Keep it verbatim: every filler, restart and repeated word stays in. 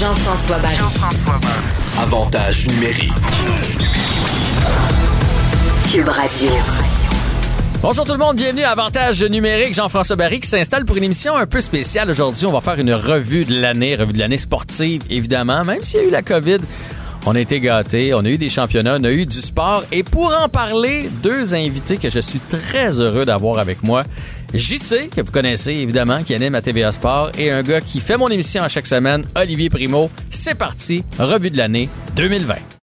Jean-François Barry. Jean-François Barry. Avantage numérique. Cube Radio. Bonjour tout le monde, bienvenue à Avantage numérique. Jean-François Barry qui s'installe pour une émission un peu spéciale. Aujourd'hui, on va faire une revue de l'année, revue de l'année sportive, évidemment. Même s'il y a eu la COVID, on a été gâtés, on a eu des championnats, on a eu du sport. Et pour en parler, deux invités que je suis très heureux d'avoir avec moi. J C, que vous connaissez évidemment, qui anime à T V A Sport, et un gars qui fait mon émission à chaque semaine, Olivier Primo. C'est parti, revue de l'année deux mille vingt.